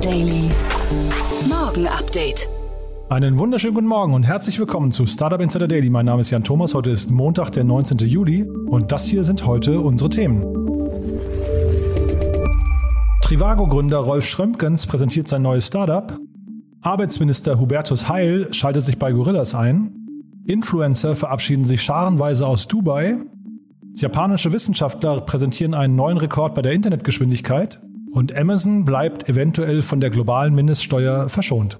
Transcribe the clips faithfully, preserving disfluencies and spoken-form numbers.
Daily. Morgen Update. Einen wunderschönen guten Morgen und herzlich willkommen zu Startup Insider Daily. Mein Name ist Jan Thomas, heute ist Montag, der neunzehnten Juli und das hier sind heute unsere Themen. Trivago-Gründer Rolf Schrömkens präsentiert sein neues Startup. Arbeitsminister Hubertus Heil schaltet sich bei Gorillas ein. Influencer verabschieden sich scharenweise aus Dubai. Japanische Wissenschaftler präsentieren einen neuen Rekord bei der Internetgeschwindigkeit. Und Amazon bleibt eventuell von der globalen Mindeststeuer verschont.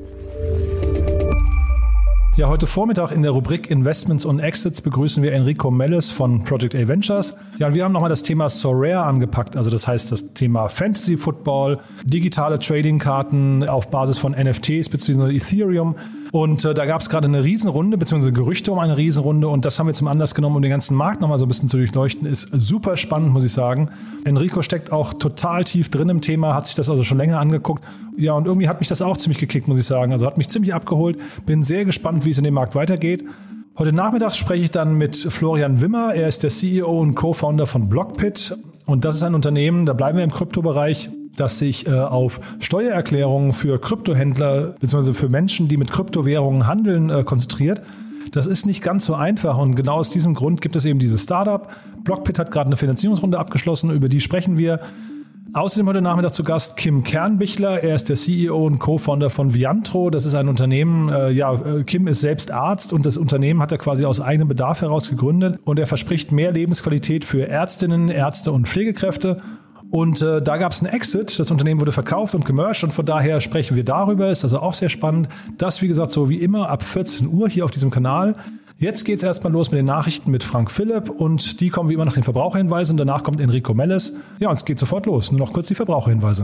Ja, heute Vormittag in der Rubrik Investments und Exits begrüßen wir Enrico Melles von Project A Ventures. Ja, und wir haben nochmal das Thema Sorare angepackt, also das heißt das Thema Fantasy Football, digitale Trading-Karten auf Basis von N F Ts bzw. Ethereum. Und äh, da gab es gerade eine Riesenrunde, beziehungsweise Gerüchte um eine Riesenrunde und das haben wir zum Anlass genommen, um den ganzen Markt nochmal so ein bisschen zu durchleuchten. Ist super spannend, muss ich sagen. Enrico steckt auch total tief drin im Thema, hat sich das also schon länger angeguckt. Ja, und irgendwie hat mich das auch ziemlich gekickt, muss ich sagen. Also hat mich ziemlich abgeholt. Bin sehr gespannt, wie es in dem Markt weitergeht. Heute Nachmittag spreche ich dann mit Florian Wimmer. Er ist der C E O und Co-Founder von Blockpit. Und das ist ein Unternehmen, da bleiben wir im Kryptobereich, das sich äh, auf Steuererklärungen für Kryptohändler bzw. für Menschen, die mit Kryptowährungen handeln, äh, konzentriert. Das ist nicht ganz so einfach und genau aus diesem Grund gibt es eben dieses Startup. Blockpit hat gerade eine Finanzierungsrunde abgeschlossen, über die sprechen wir. Außerdem heute Nachmittag zu Gast Kim Kernbichler. Er ist der C E O und Co-Founder von Viantro. Das ist ein Unternehmen, äh, ja, Kim ist selbst Arzt und das Unternehmen hat er quasi aus eigenem Bedarf heraus gegründet und er verspricht mehr Lebensqualität für Ärztinnen, Ärzte und Pflegekräfte. Und äh, da gab es einen Exit, das Unternehmen wurde verkauft und gemerged und von daher sprechen wir darüber, ist also auch sehr spannend. Das, wie gesagt, so wie immer ab vierzehn Uhr hier auf diesem Kanal. Jetzt geht's erstmal los mit den Nachrichten mit Frank Philipp und die kommen wie immer nach den Verbraucherhinweisen und danach kommt Enrico Melles. Ja, und es geht sofort los. Nur noch kurz die Verbraucherhinweise.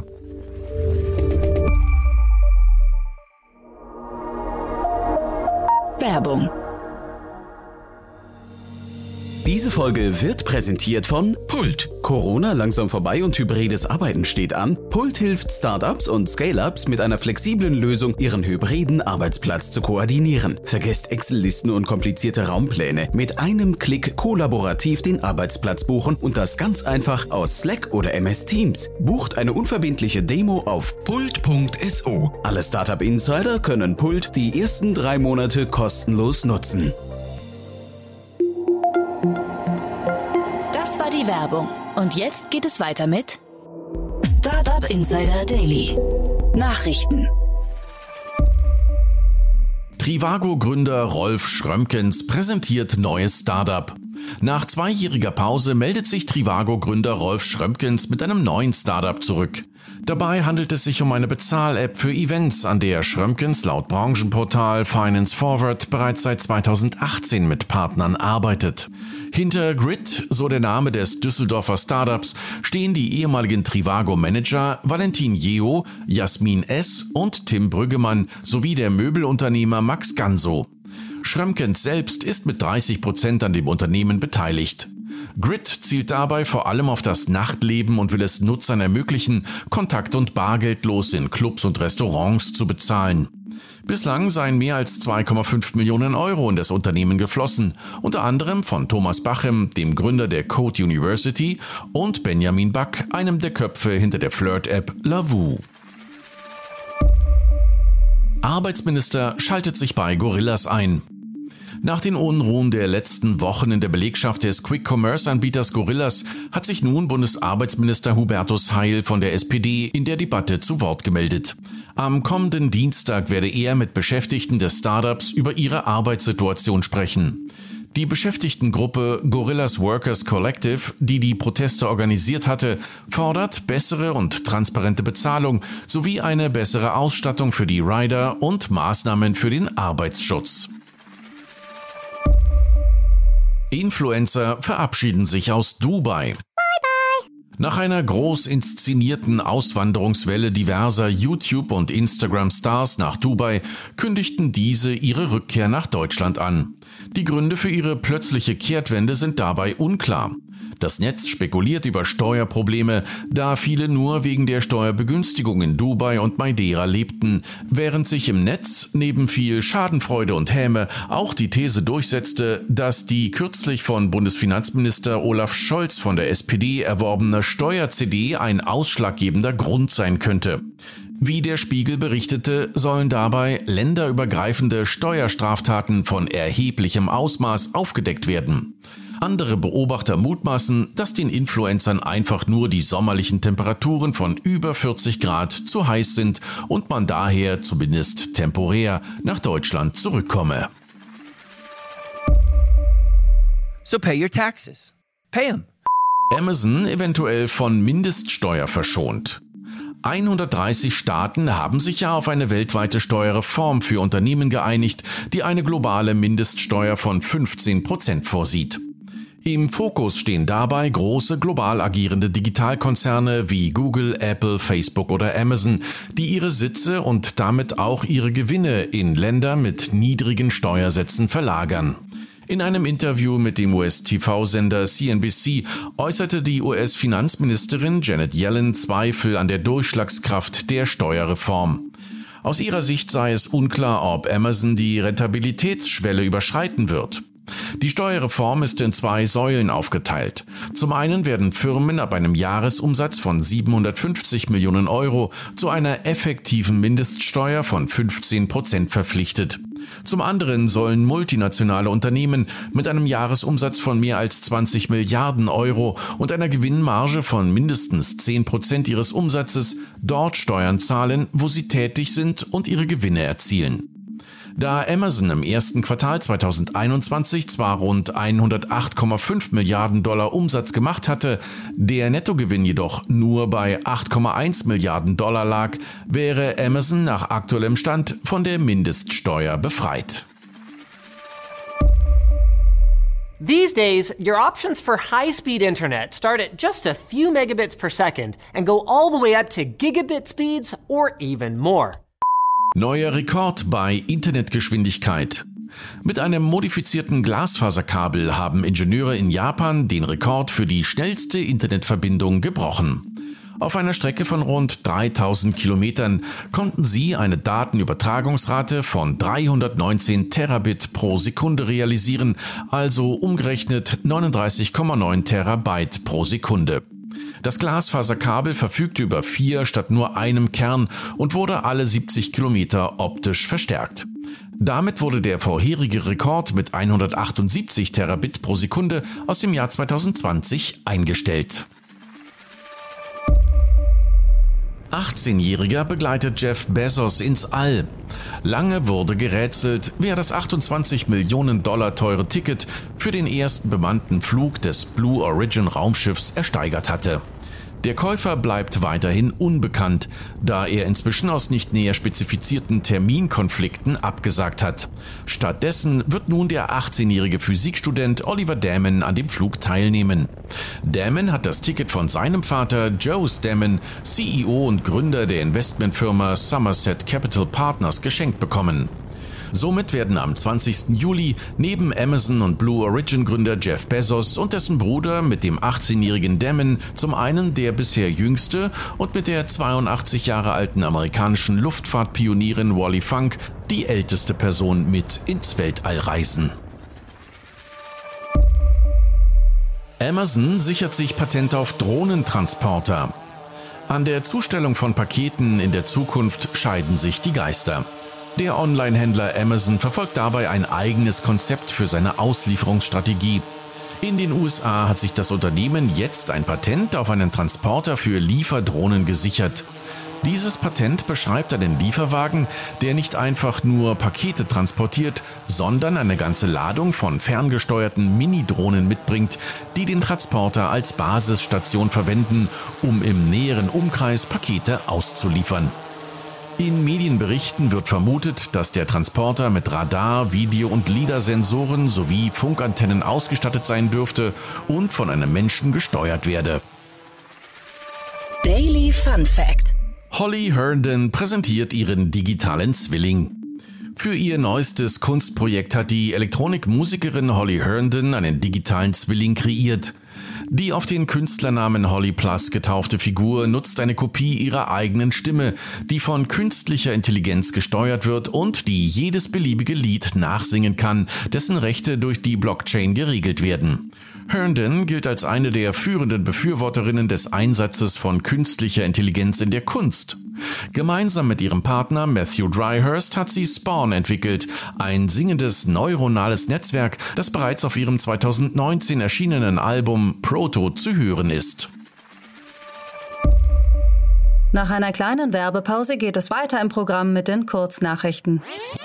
Werbung. Diese Folge wird präsentiert von Pult. Corona langsam vorbei und hybrides Arbeiten steht an. Pult hilft Startups und Scale-Ups mit einer flexiblen Lösung, ihren hybriden Arbeitsplatz zu koordinieren. Vergesst Excel-Listen und komplizierte Raumpläne. Mit einem Klick kollaborativ den Arbeitsplatz buchen und das ganz einfach aus Slack oder M S Teams. Bucht eine unverbindliche Demo auf pult punkt so. Alle Startup-Insider können Pult die ersten drei Monate kostenlos nutzen. Das war die Werbung. Und jetzt geht es weiter mit Startup Insider Daily. Nachrichten. Trivago-Gründer Rolf Schrömkens präsentiert neues Startup. Nach zweijähriger Pause meldet sich Trivago-Gründer Rolf Schrömkens mit einem neuen Startup zurück. Dabei handelt es sich um eine Bezahl-App für Events, an der Schrömkens laut Branchenportal Finance Forward bereits seit zweitausendachtzehn mit Partnern arbeitet. Hinter Grid, so der Name des Düsseldorfer Startups, stehen die ehemaligen Trivago-Manager Valentin Jeo, Jasmin S. und Tim Brüggemann sowie der Möbelunternehmer Max Ganso. Schrömkens selbst ist mit dreißig Prozent an dem Unternehmen beteiligt. Grid zielt dabei vor allem auf das Nachtleben und will es Nutzern ermöglichen, kontakt- und bargeldlos in Clubs und Restaurants zu bezahlen. Bislang seien mehr als zwei Komma fünf Millionen Euro in das Unternehmen geflossen, unter anderem von Thomas Bachem, dem Gründer der Code University, und Benjamin Back, einem der Köpfe hinter der Flirt-App Lavu. Arbeitsminister schaltet sich bei Gorillas ein. Nach den Unruhen der letzten Wochen in der Belegschaft des Quick-Commerce-Anbieters Gorillas hat sich nun Bundesarbeitsminister Hubertus Heil von der S P D in der Debatte zu Wort gemeldet. Am kommenden Dienstag werde er mit Beschäftigten des Startups über ihre Arbeitssituation sprechen. Die Beschäftigtengruppe Gorillas Workers Collective, die die Proteste organisiert hatte, fordert bessere und transparente Bezahlung sowie eine bessere Ausstattung für die Rider und Maßnahmen für den Arbeitsschutz. Influencer verabschieden sich aus Dubai. Nach einer groß inszenierten Auswanderungswelle diverser YouTube- und Instagram-Stars nach Dubai kündigten diese ihre Rückkehr nach Deutschland an. Die Gründe für ihre plötzliche Kehrtwende sind dabei unklar. Das Netz spekuliert über Steuerprobleme, da viele nur wegen der Steuerbegünstigung in Dubai und Madeira lebten, während sich im Netz neben viel Schadenfreude und Häme auch die These durchsetzte, dass die kürzlich von Bundesfinanzminister Olaf Scholz von der S P D erworbene Steuer-C D ein ausschlaggebender Grund sein könnte. Wie der Spiegel berichtete, sollen dabei länderübergreifende Steuerstraftaten von erheblichem Ausmaß aufgedeckt werden. Andere Beobachter mutmaßen, dass den Influencern einfach nur die sommerlichen Temperaturen von über vierzig Grad zu heiß sind und man daher zumindest temporär nach Deutschland zurückkomme. So pay your taxes. Pay them. Amazon eventuell von Mindeststeuer verschont. hundertdreißig Staaten haben sich ja auf eine weltweite Steuerreform für Unternehmen geeinigt, die eine globale Mindeststeuer von fünfzehn Prozent vorsieht. Im Fokus stehen dabei große global agierende Digitalkonzerne wie Google, Apple, Facebook oder Amazon, die ihre Sitze und damit auch ihre Gewinne in Länder mit niedrigen Steuersätzen verlagern. In einem Interview mit dem U S-T V-Sender C N B C äußerte die U S-Finanzministerin Janet Yellen Zweifel an der Durchschlagskraft der Steuerreform. Aus ihrer Sicht sei es unklar, ob Amazon die Rentabilitätsschwelle überschreiten wird. Die Steuerreform ist in zwei Säulen aufgeteilt. Zum einen werden Firmen ab einem Jahresumsatz von siebenhundertfünfzig Millionen Euro zu einer effektiven Mindeststeuer von fünfzehn Prozent verpflichtet. Zum anderen sollen multinationale Unternehmen mit einem Jahresumsatz von mehr als zwanzig Milliarden Euro und einer Gewinnmarge von mindestens zehn Prozent ihres Umsatzes dort Steuern zahlen, wo sie tätig sind und ihre Gewinne erzielen. Da Amazon im ersten Quartal zweitausendeinundzwanzig zwar rund hundertacht Komma fünf Milliarden Dollar Umsatz gemacht hatte, der Nettogewinn jedoch nur bei acht Komma eins Milliarden Dollar lag, wäre Amazon nach aktuellem Stand von der Mindeststeuer befreit. These days, your options for high-speed internet start at just a few megabits per second and go all the way up to gigabit speeds or even more. Neuer Rekord bei Internetgeschwindigkeit. Mit einem modifizierten Glasfaserkabel haben Ingenieure in Japan den Rekord für die schnellste Internetverbindung gebrochen. Auf einer Strecke von rund dreitausend Kilometern konnten sie eine Datenübertragungsrate von dreihundertneunzehn Terabit pro Sekunde realisieren, also umgerechnet neununddreißig Komma neun Terabyte pro Sekunde. Das Glasfaserkabel verfügte über vier statt nur einem Kern und wurde alle siebzig Kilometer optisch verstärkt. Damit wurde der vorherige Rekord mit hundertachtundsiebzig Terabit pro Sekunde aus dem Jahr zweitausendzwanzig eingestellt. achtzehnjähriger begleitet Jeff Bezos ins All. Lange wurde gerätselt, wer das achtundzwanzig Millionen Dollar teure Ticket für den ersten bemannten Flug des Blue Origin Raumschiffs ersteigert hatte. Der Käufer bleibt weiterhin unbekannt, da er inzwischen aus nicht näher spezifizierten Terminkonflikten abgesagt hat. Stattdessen wird nun der achtzehnjährige Physikstudent Oliver Damon an dem Flug teilnehmen. Damon hat das Ticket von seinem Vater Joe Damon, C E O und Gründer der Investmentfirma Somerset Capital Partners, geschenkt bekommen. Somit werden am zwanzigsten Juli neben Amazon und Blue Origin Gründer Jeff Bezos und dessen Bruder mit dem achtzehnjährigen Damon zum einen der bisher jüngste und mit der zweiundachtzig Jahre alten amerikanischen Luftfahrtpionierin Wally Funk die älteste Person mit ins Weltall reisen. Amazon sichert sich Patent auf Drohnentransporter. An der Zustellung von Paketen in der Zukunft scheiden sich die Geister. Der Online-Händler Amazon verfolgt dabei ein eigenes Konzept für seine Auslieferungsstrategie. In den U S A hat sich das Unternehmen jetzt ein Patent auf einen Transporter für Lieferdrohnen gesichert. Dieses Patent beschreibt einen Lieferwagen, der nicht einfach nur Pakete transportiert, sondern eine ganze Ladung von ferngesteuerten Mini-Drohnen mitbringt, die den Transporter als Basisstation verwenden, um im näheren Umkreis Pakete auszuliefern. In Medienberichten wird vermutet, dass der Transporter mit Radar-, Video- und LiDAR-Sensoren sowie Funkantennen ausgestattet sein dürfte und von einem Menschen gesteuert werde. Daily Fun Fact: Holly Herndon präsentiert ihren digitalen Zwilling. Für ihr neuestes Kunstprojekt hat die Elektronikmusikerin Holly Herndon einen digitalen Zwilling kreiert. Die auf den Künstlernamen Holly Plus getaufte Figur nutzt eine Kopie ihrer eigenen Stimme, die von künstlicher Intelligenz gesteuert wird und die jedes beliebige Lied nachsingen kann, dessen Rechte durch die Blockchain geregelt werden. Herndon gilt als eine der führenden Befürworterinnen des Einsatzes von künstlicher Intelligenz in der Kunst. Gemeinsam mit ihrem Partner Matthew Dryhurst hat sie Spawn entwickelt, ein singendes neuronales Netzwerk, das bereits auf ihrem zweitausendneunzehn erschienenen Album Proto zu hören ist. Nach einer kleinen Werbepause geht es weiter im Programm mit den Kurznachrichten.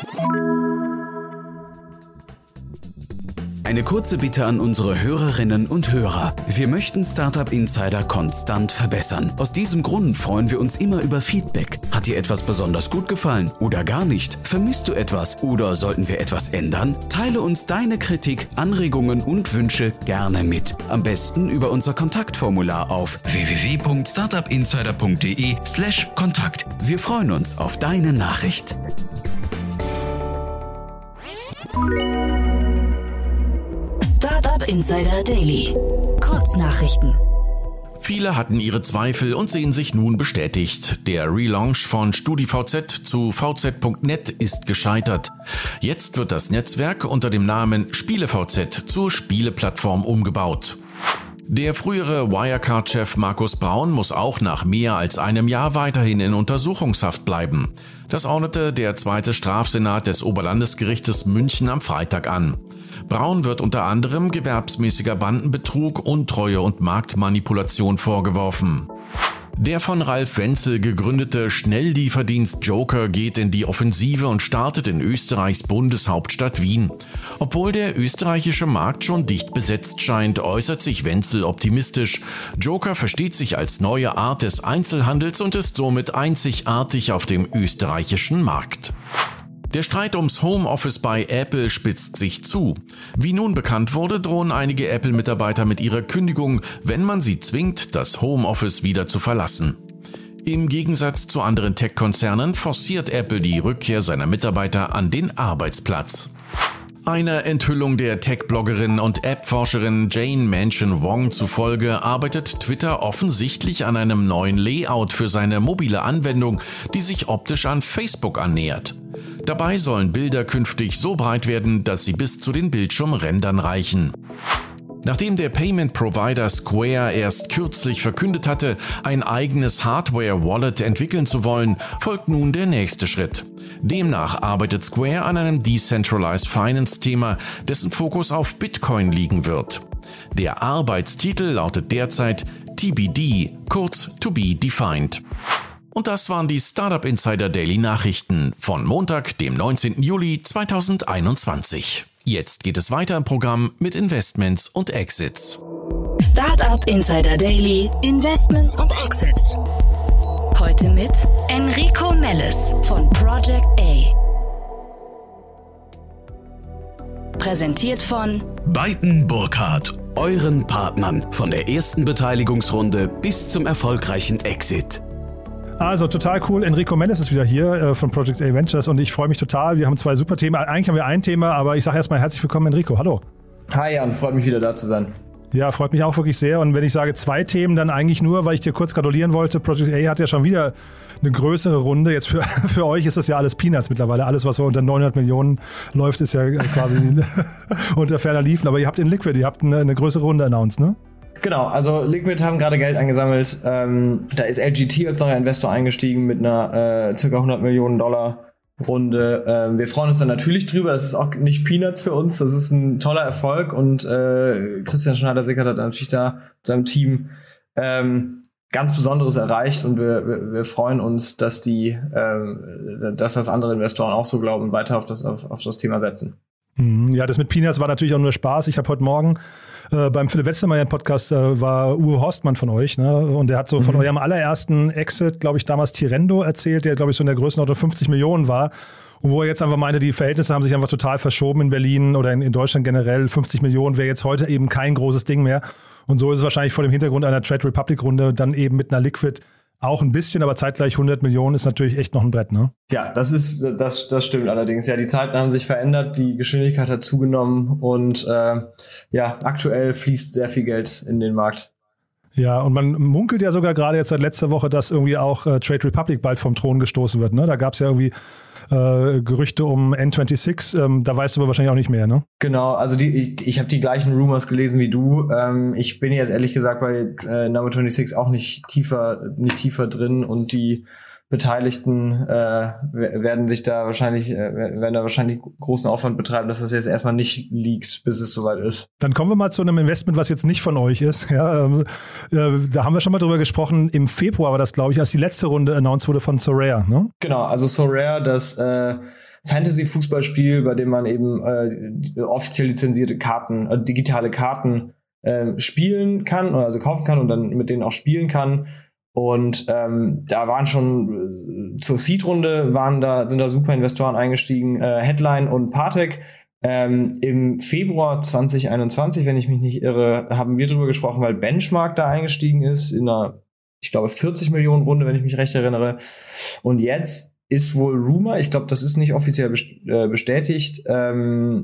Eine kurze Bitte an unsere Hörerinnen und Hörer. Wir möchten Startup Insider konstant verbessern. Aus diesem Grund freuen wir uns immer über Feedback. Hat dir etwas besonders gut gefallen oder gar nicht? Vermisst du etwas oder sollten wir etwas ändern? Teile uns deine Kritik, Anregungen und Wünsche gerne mit. Am besten über unser Kontaktformular auf w w w punkt startupinsider punkt d e slash Kontakt. Wir freuen uns auf deine Nachricht. Startup Insider Daily. Kurznachrichten. Viele hatten ihre Zweifel und sehen sich nun bestätigt. Der Relaunch von StudiVZ zu v z punkt net ist gescheitert. Jetzt wird das Netzwerk unter dem Namen SpieleVZ zur Spieleplattform umgebaut. Der frühere Wirecard-Chef Markus Braun muss auch nach mehr als einem Jahr weiterhin in Untersuchungshaft bleiben. Das ordnete der zweite Strafsenat des Oberlandesgerichtes München am Freitag an. Braun wird unter anderem gewerbsmäßiger Bandenbetrug, Untreue und Marktmanipulation vorgeworfen. Der von Ralf Wenzel gegründete Schnelllieferdienst Joker geht in die Offensive und startet in Österreichs Bundeshauptstadt Wien. Obwohl der österreichische Markt schon dicht besetzt scheint, äußert sich Wenzel optimistisch. Joker versteht sich als neue Art des Einzelhandels und ist somit einzigartig auf dem österreichischen Markt. Der Streit ums Homeoffice bei Apple spitzt sich zu. Wie nun bekannt wurde, drohen einige Apple-Mitarbeiter mit ihrer Kündigung, wenn man sie zwingt, das Homeoffice wieder zu verlassen. Im Gegensatz zu anderen Tech-Konzernen forciert Apple die Rückkehr seiner Mitarbeiter an den Arbeitsplatz. Einer Enthüllung der Tech-Bloggerin und App-Forscherin Jane Manchun Wong zufolge arbeitet Twitter offensichtlich an einem neuen Layout für seine mobile Anwendung, die sich optisch an Facebook annähert. Dabei sollen Bilder künftig so breit werden, dass sie bis zu den Bildschirmrändern reichen. Nachdem der Payment-Provider Square erst kürzlich verkündet hatte, ein eigenes Hardware-Wallet entwickeln zu wollen, folgt nun der nächste Schritt. Demnach arbeitet Square an einem Decentralized Finance-Thema, dessen Fokus auf Bitcoin liegen wird. Der Arbeitstitel lautet derzeit T B D, kurz To Be Defined. Und das waren die Startup Insider Daily Nachrichten von Montag, dem neunzehnten Juli zweitausendeinundzwanzig. Jetzt geht es weiter im Programm mit Investments und Exits. Startup Insider Daily, Investments und Exits. Heute mit Enrico Melles von Project A. Präsentiert von Beiten Burkhardt, euren Partnern von der ersten Beteiligungsrunde bis zum erfolgreichen Exit. Also total cool. Enrico Melles ist wieder hier äh, von Project A Ventures und ich freue mich total. Wir haben zwei super Themen. Eigentlich haben wir ein Thema, aber ich sage erstmal herzlich willkommen, Enrico. Hallo. Hi Jan, freut mich wieder da zu sein. Ja, freut mich auch wirklich sehr. Und wenn ich sage zwei Themen, dann eigentlich nur, weil ich dir kurz gratulieren wollte. Project A hat ja schon wieder eine größere Runde. Jetzt für, für euch ist das ja alles Peanuts mittlerweile. Alles, was so unter neunhundert Millionen läuft, ist ja quasi unter ferner Liefen. Aber ihr habt in Liquid, ihr habt eine, eine größere Runde announced, ne? Genau, also Liquid haben gerade Geld eingesammelt. Ähm, da ist L G T als neuer Investor eingestiegen mit einer äh, ca. hundert Millionen Dollar Runde. Ähm, wir freuen uns dann natürlich drüber. Das ist auch nicht Peanuts für uns. Das ist ein toller Erfolg und äh, Christian Schneider-Sickert hat natürlich da mit seinem Team ähm, ganz Besonderes erreicht und wir, wir, wir freuen uns, dass die, ähm, dass das andere Investoren auch so glauben und weiter auf das, auf, auf das Thema setzen. Ja, das mit Peanuts war natürlich auch nur Spaß. Ich habe heute Morgen äh, beim Philipp Westermeier Podcast äh, war Uwe Horstmann von euch, ne? Und der hat so von mhm. eurem allerersten Exit, glaube ich, damals Tirendo erzählt, der, glaube ich, so in der Größenordnung fünfzig Millionen war. Und wo er jetzt einfach meinte, die Verhältnisse haben sich einfach total verschoben in Berlin oder in, in Deutschland generell. fünfzig Millionen wäre jetzt heute eben kein großes Ding mehr. Und so ist es wahrscheinlich vor dem Hintergrund einer Trade Republic Runde dann eben mit einer Liquid auch ein bisschen, aber zeitgleich hundert Millionen ist natürlich echt noch ein Brett, ne? Ja, das ist, das, das stimmt allerdings. Ja, die Zeiten haben sich verändert, die Geschwindigkeit hat zugenommen und äh, ja, aktuell fließt sehr viel Geld in den Markt. Ja, und man munkelt ja sogar gerade jetzt seit letzter Woche, dass irgendwie auch äh, Trade Republic bald vom Thron gestoßen wird, ne? Da gab es ja irgendwie äh, Gerüchte um N sechsundzwanzig, ähm, da weißt du aber wahrscheinlich auch nicht mehr, ne? Genau, also die, ich, ich habe die gleichen Rumors gelesen wie du. Ähm, ich bin jetzt ehrlich gesagt bei äh, Number sechsundzwanzig auch nicht tiefer, nicht tiefer drin und die Beteiligten äh, werden sich da wahrscheinlich, äh, werden da wahrscheinlich großen Aufwand betreiben, dass das jetzt erstmal nicht liegt, bis es soweit ist. Dann kommen wir mal zu einem Investment, was jetzt nicht von euch ist. Ja, äh, da haben wir schon mal drüber gesprochen. Im Februar war das, glaube ich, als die letzte Runde announced wurde von Sorare, ne? Genau, also Sorare, das äh, Fantasy-Fußballspiel, bei dem man eben äh, offiziell lizenzierte Karten, äh, digitale Karten äh, spielen kann, also kaufen kann und dann mit denen auch spielen kann. Und ähm, da waren schon äh, zur Seed-Runde waren da, sind da super Investoren eingestiegen, äh, Headline und Partec. Ähm, Im Februar zwanzig einundzwanzig, wenn ich mich nicht irre, haben wir drüber gesprochen, weil Benchmark da eingestiegen ist, in einer, ich glaube, vierzig Millionen Runde, wenn ich mich recht erinnere. Und jetzt ist wohl Rumor, ich glaube, das ist nicht offiziell best- äh, bestätigt, ähm,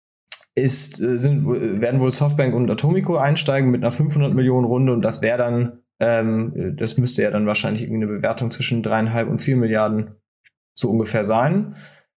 ist, äh, sind, werden wohl Softbank und Atomico einsteigen mit einer fünfhundert Millionen Runde und das wäre dann Ähm, das müsste ja dann wahrscheinlich irgendwie eine Bewertung zwischen dreieinhalb und vier Milliarden so ungefähr sein.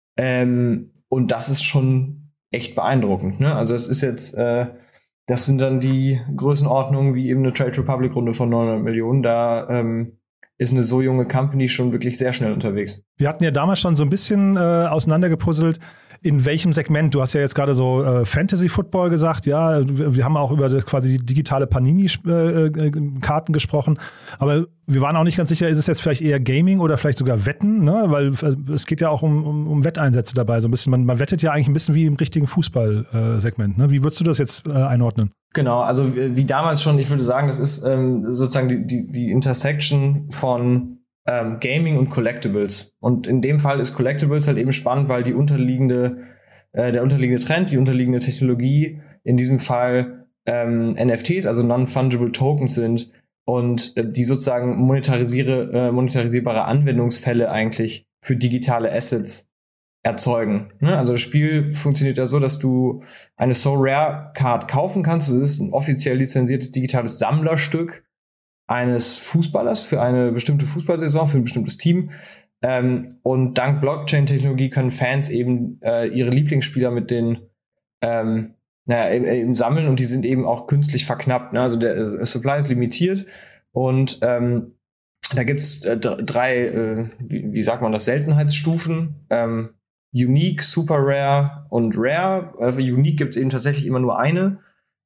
Ähm, und das ist schon echt beeindruckend, ne? Also es ist jetzt, äh, das sind dann die Größenordnungen wie eben eine Trade Republic Runde von neunhundert Millionen. Da ähm, ist eine so junge Company schon wirklich sehr schnell unterwegs. Wir hatten ja damals schon so ein bisschen äh, auseinandergepuzzelt, in welchem Segment. Du hast ja jetzt gerade so äh, Fantasy-Football gesagt, ja, wir, wir haben auch über das quasi digitale Panini-Karten äh, gesprochen, aber wir waren auch nicht ganz sicher, ist es jetzt vielleicht eher Gaming oder vielleicht sogar Wetten, ne? Weil äh, es geht ja auch um, um, um Wetteinsätze dabei, so ein bisschen, man, man wettet ja eigentlich ein bisschen wie im richtigen Fußball-Segment, äh, ne? Wie würdest du das jetzt äh, einordnen? Genau, also wie, wie damals schon, ich würde sagen, das ist ähm, sozusagen die, die, die Intersection von Ähm, Gaming und Collectibles. Und in dem Fall ist Collectibles halt eben spannend, weil die unterliegende, äh, der unterliegende Trend, die unterliegende Technologie in diesem Fall ähm, N F Ts, also Non-Fungible Tokens sind und äh, die sozusagen monetarisiere, äh, monetarisierbare Anwendungsfälle eigentlich für digitale Assets erzeugen. Ne? Also das Spiel funktioniert ja so, dass du eine Sorare Card kaufen kannst. Das ist ein offiziell lizenziertes digitales Sammlerstück eines Fußballers für eine bestimmte Fußballsaison, für ein bestimmtes Team. Ähm, und dank Blockchain-Technologie können Fans eben äh, ihre Lieblingsspieler mit den ähm, naja, eben, eben sammeln und die sind eben auch künstlich verknappt. Ne? Also der äh, Supply ist limitiert und ähm, da gibt es äh, drei, äh, wie, wie sagt man das, Seltenheitsstufen. Ähm, Unique, Super Rare und Rare. Äh, Unique gibt es eben tatsächlich immer nur eine.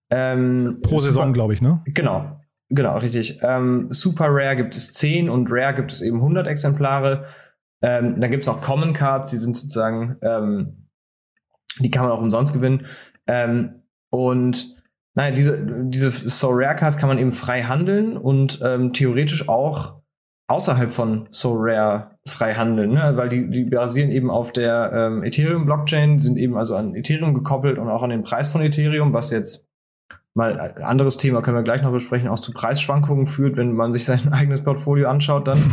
Ähm, Pro Saison, glaube ich, ne? Genau. Genau, richtig. Ähm, Super Rare gibt es zehn und Rare gibt es eben hundert Exemplare. Ähm, dann gibt es noch Common Cards, die sind sozusagen, ähm, die kann man auch umsonst gewinnen. Ähm, und naja, diese, diese Sorare Cards kann man eben frei handeln und ähm, theoretisch auch außerhalb von Sorare frei handeln, ne? Weil die, die basieren eben auf der ähm, Ethereum-Blockchain, sind eben also an Ethereum gekoppelt und auch an den Preis von Ethereum, was jetzt mal ein anderes Thema können wir gleich noch besprechen, auch zu Preisschwankungen führt, wenn man sich sein eigenes Portfolio anschaut dann.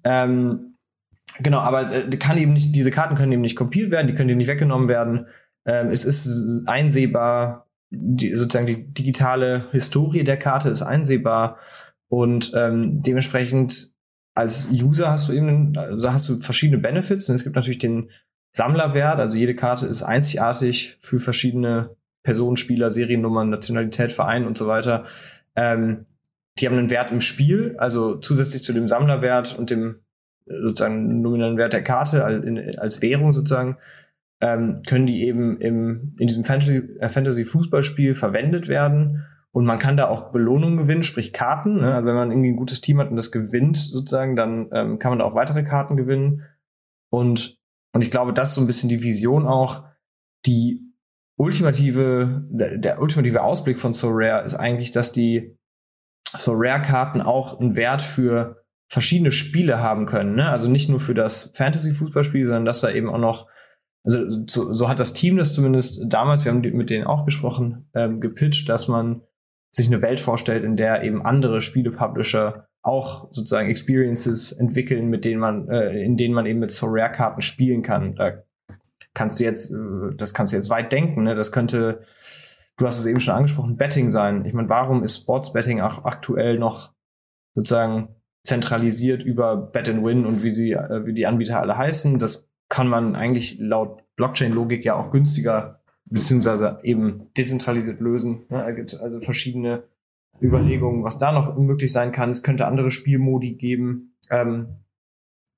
ähm, genau, aber äh, kann eben nicht, diese Karten können eben nicht kopiert werden, die können eben nicht weggenommen werden. Ähm, es ist einsehbar, die, sozusagen die digitale Historie der Karte ist einsehbar und ähm, dementsprechend als User hast du eben, also hast du verschiedene Benefits und es gibt natürlich den Sammlerwert, also jede Karte ist einzigartig für verschiedene Personen, Spieler, Seriennummern, Nationalität, Verein und so weiter. Ähm, die haben einen Wert im Spiel, also zusätzlich zu dem Sammlerwert und dem sozusagen nominellen Wert der Karte als, in, als Währung sozusagen, ähm, können die eben im, in diesem Fantasy, äh, Fantasy-Fußballspiel verwendet werden. Und man kann da auch Belohnungen gewinnen, sprich Karten. Ne? Also wenn man irgendwie ein gutes Team hat und das gewinnt sozusagen, dann ähm, kann man da auch weitere Karten gewinnen. Und, und ich glaube, das ist so ein bisschen die Vision auch, die ultimative, der, der ultimative Ausblick von Sorare ist eigentlich, dass die Sorare-Karten auch einen Wert für verschiedene Spiele haben können. Ne? Also nicht nur für das Fantasy-Fußballspiel, sondern dass da eben auch noch, also so, so hat das Team das zumindest damals, wir haben mit denen auch gesprochen, ähm, gepitcht, dass man sich eine Welt vorstellt, in der eben andere Spiele-Publisher auch sozusagen Experiences entwickeln, mit denen man, äh, in denen man eben mit Sorare-Karten spielen kann. Da kannst du jetzt, das kannst du jetzt weit denken, ne? Das könnte, du hast es eben schon angesprochen, Betting sein. Ich meine, warum ist Sportsbetting auch aktuell noch sozusagen zentralisiert über Bet and Win und wie sie, wie die Anbieter alle heißen? Das kann man eigentlich laut Blockchain-Logik ja auch günstiger beziehungsweise eben dezentralisiert lösen. Ne? Da gibt es also verschiedene Überlegungen, was da noch möglich sein kann. Es könnte andere Spielmodi geben. Ähm,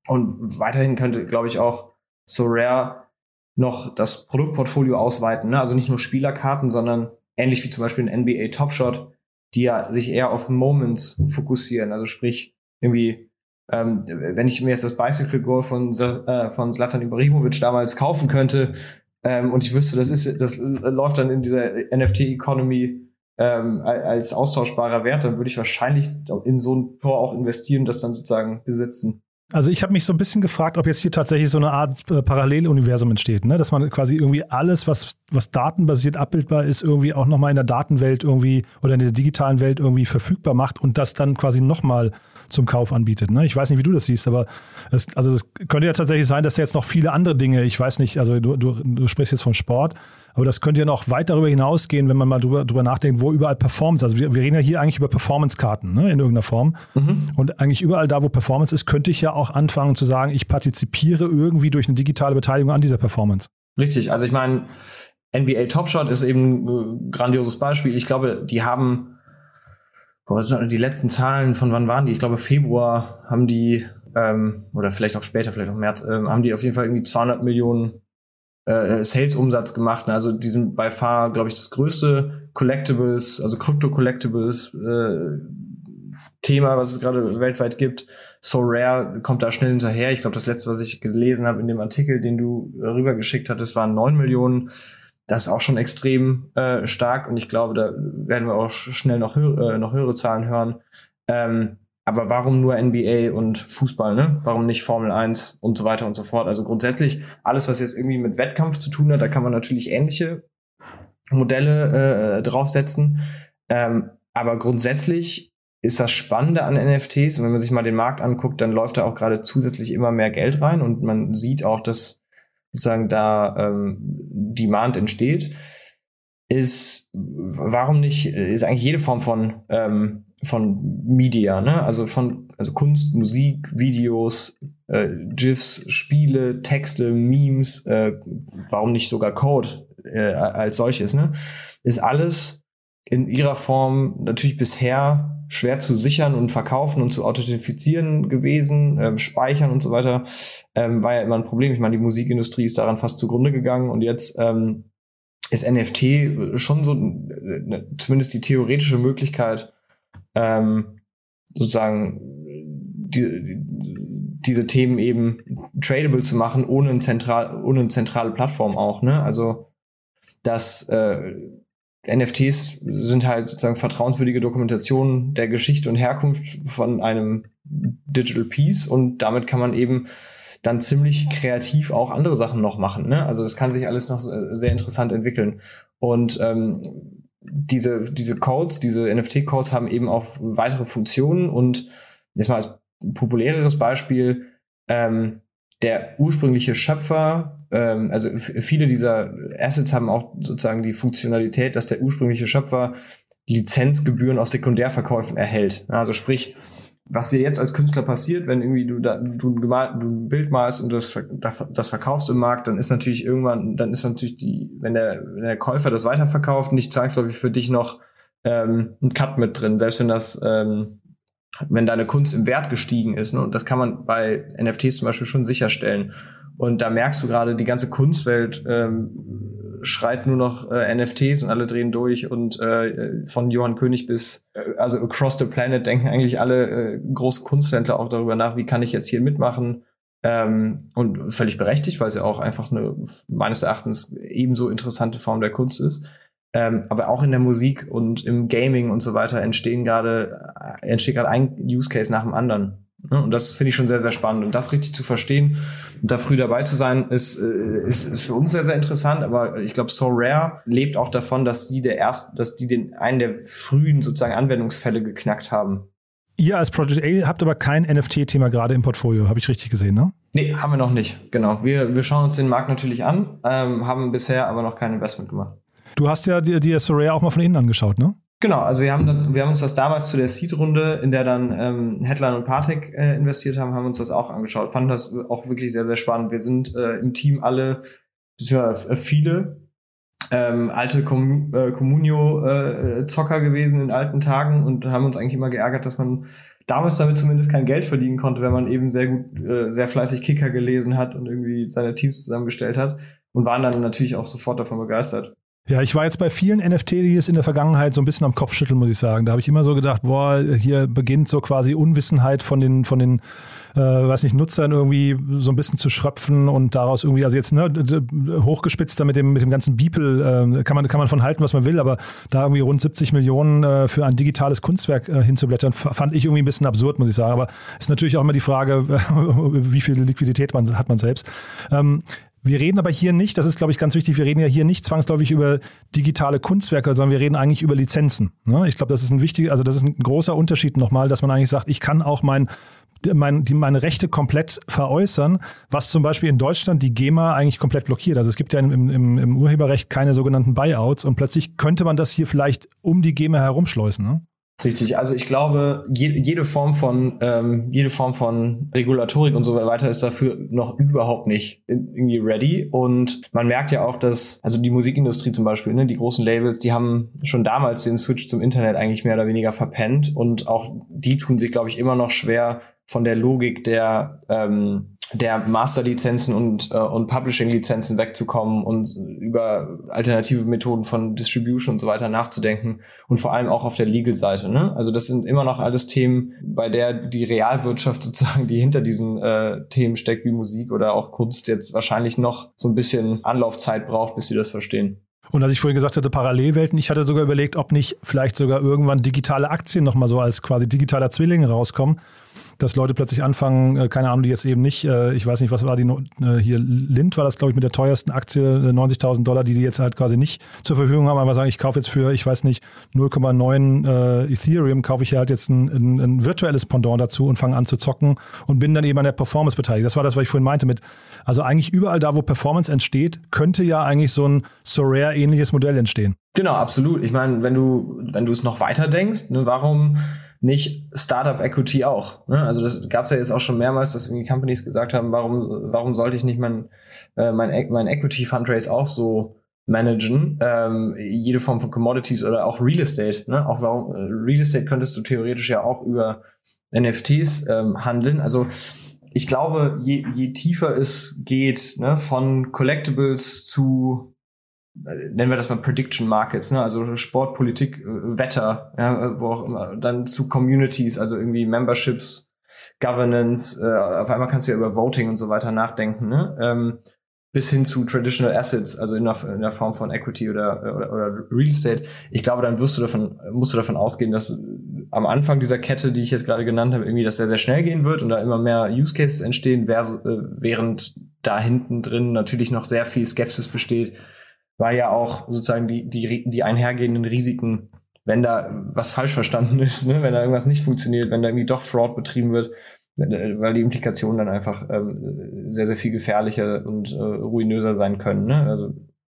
Und weiterhin könnte, glaube ich, auch Sorare noch das Produktportfolio ausweiten, ne? Also nicht nur Spielerkarten, sondern ähnlich wie zum Beispiel ein N B A Top Shot, die ja sich eher auf Moments fokussieren. Also sprich, irgendwie, ähm, wenn ich mir jetzt das Bicycle Goal von, äh, von Zlatan Ibrahimovic damals kaufen könnte, ähm, und ich wüsste, das ist, das läuft dann in dieser N F T-Economy ähm, als austauschbarer Wert, dann würde ich wahrscheinlich in so ein Tor auch investieren, das dann sozusagen besitzen. Also ich habe mich so ein bisschen gefragt, ob jetzt hier tatsächlich so eine Art äh, Paralleluniversum entsteht, ne? Dass man quasi irgendwie alles, was, was datenbasiert abbildbar ist, irgendwie auch nochmal in der Datenwelt irgendwie oder in der digitalen Welt irgendwie verfügbar macht und das dann quasi nochmal zum Kauf anbietet. Ne? Ich weiß nicht, wie du das siehst, aber es, also es könnte ja tatsächlich sein, dass jetzt noch viele andere Dinge, ich weiß nicht, also du, du, du sprichst jetzt von Sport, aber das könnte ja noch weit darüber hinausgehen, wenn man mal drüber, drüber nachdenkt, wo überall Performance, also wir, wir reden ja hier eigentlich über Performance-Karten, ne, in irgendeiner Form. Mhm. Und eigentlich überall da, wo Performance ist, könnte ich ja auch anfangen zu sagen, ich partizipiere irgendwie durch eine digitale Beteiligung an dieser Performance. Richtig, also ich meine, N B A Top Shot ist eben ein grandioses Beispiel. Ich glaube, die haben, was sind die letzten Zahlen, von wann waren die? Ich glaube, Februar haben die, ähm, oder vielleicht auch später, vielleicht auch März, ähm, haben die auf jeden Fall irgendwie zweihundert Millionen Äh, Sales-Umsatz gemacht. Also die sind by far, glaube ich, das größte Collectibles, also Crypto-Collectibles äh, Thema, was es gerade weltweit gibt. Sorare kommt da schnell hinterher. Ich glaube, das letzte, was ich gelesen habe in dem Artikel, den du äh, rübergeschickt hattest, waren neun Millionen. Das ist auch schon extrem äh, stark und ich glaube, da werden wir auch schnell noch, hö- äh, noch höhere Zahlen hören. Ähm, Aber warum nur N B A und Fußball, ne? Warum nicht Formel eins und so weiter und so fort? Also grundsätzlich alles, was jetzt irgendwie mit Wettkampf zu tun hat, da kann man natürlich ähnliche Modelle äh, draufsetzen. Ähm, aber grundsätzlich ist das Spannende an N F Ts, und wenn man sich mal den Markt anguckt, dann läuft da auch gerade zusätzlich immer mehr Geld rein und man sieht auch, dass sozusagen da ähm, Demand entsteht, ist, warum nicht, ist eigentlich jede Form von ähm, von Media, ne? Also von also Kunst, Musik, Videos, äh, GIFs, Spiele, Texte, Memes, äh, warum nicht sogar Code äh, als solches, ne? Ist alles in ihrer Form natürlich bisher schwer zu sichern und verkaufen und zu authentifizieren gewesen, äh, speichern und so weiter, ähm, war ja immer ein Problem. Ich meine, die Musikindustrie ist daran fast zugrunde gegangen und jetzt ähm, ist N F T schon so ne, zumindest die theoretische Möglichkeit, Ähm, sozusagen die, diese Themen eben tradable zu machen, ohne, ein zentral, ohne eine zentrale Plattform auch, ne? Also dass äh, N F Ts sind halt sozusagen vertrauenswürdige Dokumentationen der Geschichte und Herkunft von einem Digital Piece und damit kann man eben dann ziemlich kreativ auch andere Sachen noch machen, ne? Also das kann sich alles noch sehr interessant entwickeln und ähm, diese, diese Codes, diese N F T-Codes haben eben auch weitere Funktionen und jetzt mal als populäreres Beispiel, ähm, der ursprüngliche Schöpfer, ähm, also f- viele dieser Assets haben auch sozusagen die Funktionalität, dass der ursprüngliche Schöpfer Lizenzgebühren aus Sekundärverkäufen erhält. Also sprich, was dir jetzt als Künstler passiert, wenn irgendwie du da, du, gemalt, du ein Bild malst und das, das verkaufst im Markt, dann ist natürlich irgendwann, dann ist natürlich die, wenn der, wenn der Käufer das weiterverkauft, nicht zwangsläufig für dich noch ähm, ein Cut mit drin, selbst wenn das, ähm, wenn deine Kunst im Wert gestiegen ist, ne? Und das kann man bei N F Ts zum Beispiel schon sicherstellen. Und da merkst du gerade, die ganze Kunstwelt ähm, schreit nur noch äh, N F Ts und alle drehen durch und äh, von Johann König bis, äh, also across the planet denken eigentlich alle äh, großen Kunsthändler auch darüber nach, wie kann ich jetzt hier mitmachen, ähm, und völlig berechtigt, weil es ja auch einfach eine, meines Erachtens ebenso interessante Form der Kunst ist. Ähm, aber auch in der Musik und im Gaming und so weiter entstehen gerade, äh, entsteht gerade ein Use Case nach dem anderen. Und das finde ich schon sehr, sehr spannend. Und das richtig zu verstehen und da früh dabei zu sein, ist, ist, ist für uns sehr, sehr interessant. Aber ich glaube, Sorare lebt auch davon, dass die der erst, dass die den einen der frühen sozusagen Anwendungsfälle geknackt haben. Ihr als Project A habt aber kein N F T-Thema gerade im Portfolio, habe ich richtig gesehen, ne? Nee, haben wir noch nicht. Genau. Wir, wir schauen uns den Markt natürlich an, ähm, haben bisher aber noch kein Investment gemacht. Du hast ja dir, dir Sorare auch mal von innen angeschaut, ne? Genau, also wir haben das, wir haben uns das damals zu der Seed-Runde, in der dann ähm, Headline und Partec äh, investiert haben, haben uns das auch angeschaut. Fanden das auch wirklich sehr, sehr spannend. Wir sind äh, im Team alle, beziehungsweise viele, ähm, alte Com- äh, Communio-Zocker äh, gewesen in alten Tagen und haben uns eigentlich immer geärgert, dass man damals damit zumindest kein Geld verdienen konnte, wenn man eben sehr gut, äh, sehr fleißig Kicker gelesen hat und irgendwie seine Teams zusammengestellt hat und waren dann natürlich auch sofort davon begeistert. Ja, ich war jetzt bei vielen N F T-Deals in der Vergangenheit so ein bisschen am Kopfschütteln, muss ich sagen. Da habe ich immer so gedacht, boah, hier beginnt so quasi Unwissenheit von den, von den, äh, weiß nicht, Nutzern irgendwie so ein bisschen zu schröpfen und daraus irgendwie, also jetzt ne, hochgespitzt da mit dem, mit dem ganzen Beeple, äh, kann man, kann man von halten, was man will, aber da irgendwie rund siebzig Millionen äh, für ein digitales Kunstwerk äh, hinzublättern, fand ich irgendwie ein bisschen absurd, muss ich sagen. Aber ist natürlich auch immer die Frage, wie viel Liquidität man, hat man selbst. Ähm, Wir reden aber hier nicht, das ist, glaube ich, ganz wichtig, wir reden ja hier nicht zwangsläufig über digitale Kunstwerke, sondern wir reden eigentlich über Lizenzen. Ne? Ich glaube, das ist ein wichtiger, also das ist ein großer Unterschied nochmal, dass man eigentlich sagt, ich kann auch mein, mein, die, meine Rechte komplett veräußern, was zum Beispiel in Deutschland die GEMA eigentlich komplett blockiert. Also es gibt ja im, im, im Urheberrecht keine sogenannten Buyouts und plötzlich könnte man das hier vielleicht um die GEMA herumschleusen, ne? Richtig, also ich glaube, je, jede Form von ähm, jede Form von Regulatorik und so weiter ist dafür noch überhaupt nicht irgendwie ready. Und man merkt ja auch, dass also die Musikindustrie zum Beispiel, ne, die großen Labels, die haben schon damals den Switch zum Internet eigentlich mehr oder weniger verpennt und auch die tun sich, glaube ich, immer noch schwer von der Logik der ähm, der Masterlizenzen und äh, und Publishing-Lizenzen wegzukommen und über alternative Methoden von Distribution und so weiter nachzudenken und vor allem auch auf der Legal-Seite. Ne? Also das sind immer noch alles Themen, bei der die Realwirtschaft sozusagen, die hinter diesen äh, Themen steckt, wie Musik oder auch Kunst, jetzt wahrscheinlich noch so ein bisschen Anlaufzeit braucht, bis sie das verstehen. Und als ich vorhin gesagt hatte, Parallelwelten, ich hatte sogar überlegt, ob nicht vielleicht sogar irgendwann digitale Aktien nochmal so als quasi digitaler Zwilling rauskommen, dass Leute plötzlich anfangen, keine Ahnung, die jetzt eben nicht, ich weiß nicht, was war die, hier Lind war das, glaube ich, mit der teuersten Aktie, neunzigtausend Dollar, die die jetzt halt quasi nicht zur Verfügung haben, aber sagen, ich kaufe jetzt für, ich weiß nicht, null Komma neun äh, Ethereum, kaufe ich hier halt jetzt ein, ein, ein virtuelles Pendant dazu und fange an zu zocken und bin dann eben an der Performance beteiligt. Das war das, was ich vorhin meinte mit, also eigentlich überall da, wo Performance entsteht, könnte ja eigentlich so ein Sorare-ähnliches Modell entstehen. Genau, absolut. Ich meine, wenn du, wenn du es noch weiter denkst, ne, warum nicht Startup Equity auch? Ne? Also das gab es ja jetzt auch schon mehrmals, dass irgendwie Companies gesagt haben, warum, warum sollte ich nicht mein, äh, mein, mein Equity Fundraise auch so managen? Ähm, jede Form von Commodities oder auch Real Estate. Ne? Auch warum, äh, Real Estate könntest du theoretisch ja auch über N F Ts ähm, handeln. Also ich glaube, je, je tiefer es geht, ne, von Collectibles zu nennen wir das mal Prediction Markets, ne, also Sport, Politik, Wetter, ja, wo auch immer, dann zu Communities, also irgendwie Memberships, Governance, äh, auf einmal kannst du ja über Voting und so weiter nachdenken, ne, ähm, bis hin zu Traditional Assets, also in der, in der Form von Equity oder, oder, oder Real Estate. Ich glaube, dann wirst du davon, musst du davon ausgehen, dass am Anfang dieser Kette, die ich jetzt gerade genannt habe, irgendwie das sehr, sehr schnell gehen wird und da immer mehr Use Cases entstehen, während da hinten drin natürlich noch sehr viel Skepsis besteht, weil ja auch sozusagen die, die, die einhergehenden Risiken, wenn da was falsch verstanden ist, ne, wenn da irgendwas nicht funktioniert, wenn da irgendwie doch Fraud betrieben wird, weil die Implikationen dann einfach ähm, sehr, sehr viel gefährlicher und äh, ruinöser sein können. Ne? Also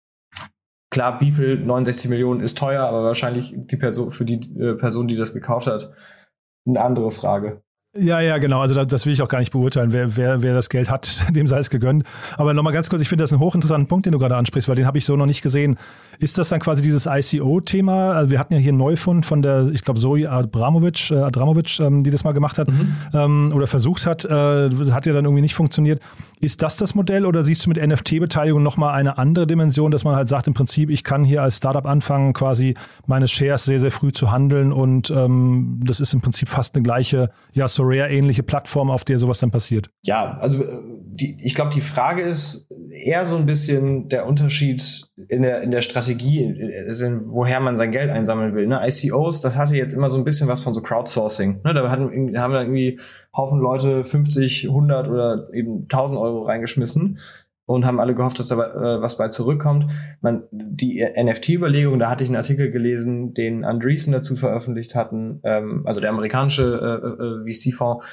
klar, Beeple, neunundsechzig Millionen ist teuer, aber wahrscheinlich die Person, für die äh, Person, die das gekauft hat, eine andere Frage. Ja, ja, genau. Also das, das will ich auch gar nicht beurteilen. Wer, wer, wer das Geld hat, dem sei es gegönnt. Aber nochmal ganz kurz, ich finde das einen hochinteressanten Punkt, den du gerade ansprichst, weil den habe ich so noch nicht gesehen. Ist das dann quasi dieses I C O-Thema? Also wir hatten ja hier einen Neufund von der, ich glaube, Zoe Abramovic, äh, Abramovic ähm, die das mal gemacht hat mhm. ähm, oder versucht hat, äh, hat ja dann irgendwie nicht funktioniert. Ist das das Modell oder siehst du mit N F T-Beteiligung nochmal eine andere Dimension, dass man halt sagt, im Prinzip, ich kann hier als Startup anfangen, quasi meine Shares sehr, sehr früh zu handeln und ähm, das ist im Prinzip fast eine gleiche, ja, Sorare-ähnliche Plattform, auf der sowas dann passiert? Ja, also die, ich glaube, die Frage ist eher so ein bisschen der Unterschied in der, in der Strategie, also woher man sein Geld einsammeln will. Ne? I C Os, das hatte jetzt immer so ein bisschen was von so Crowdsourcing. Ne? Da hatten, haben dann irgendwie Haufen Leute fünfzig, hundert oder eben tausend Euro reingeschmissen und haben alle gehofft, dass da äh, was bei zurückkommt. Man, die N F T-Überlegung, da hatte ich einen Artikel gelesen, den Andreessen dazu veröffentlicht hatten, ähm, also der amerikanische äh, äh, V C-Fonds.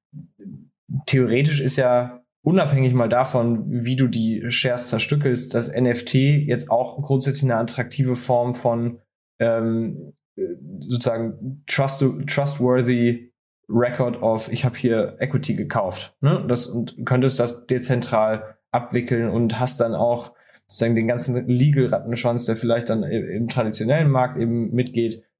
Theoretisch ist ja unabhängig mal davon, wie du die Shares zerstückelst, das N F T jetzt auch grundsätzlich eine attraktive Form von ähm, sozusagen trust, trustworthy Record of, ich habe hier Equity gekauft. Ne? Das, und könntest das dezentral abwickeln und hast dann auch sozusagen den ganzen Legal-Rattenschwanz, der vielleicht dann im traditionellen Markt eben mitgeht,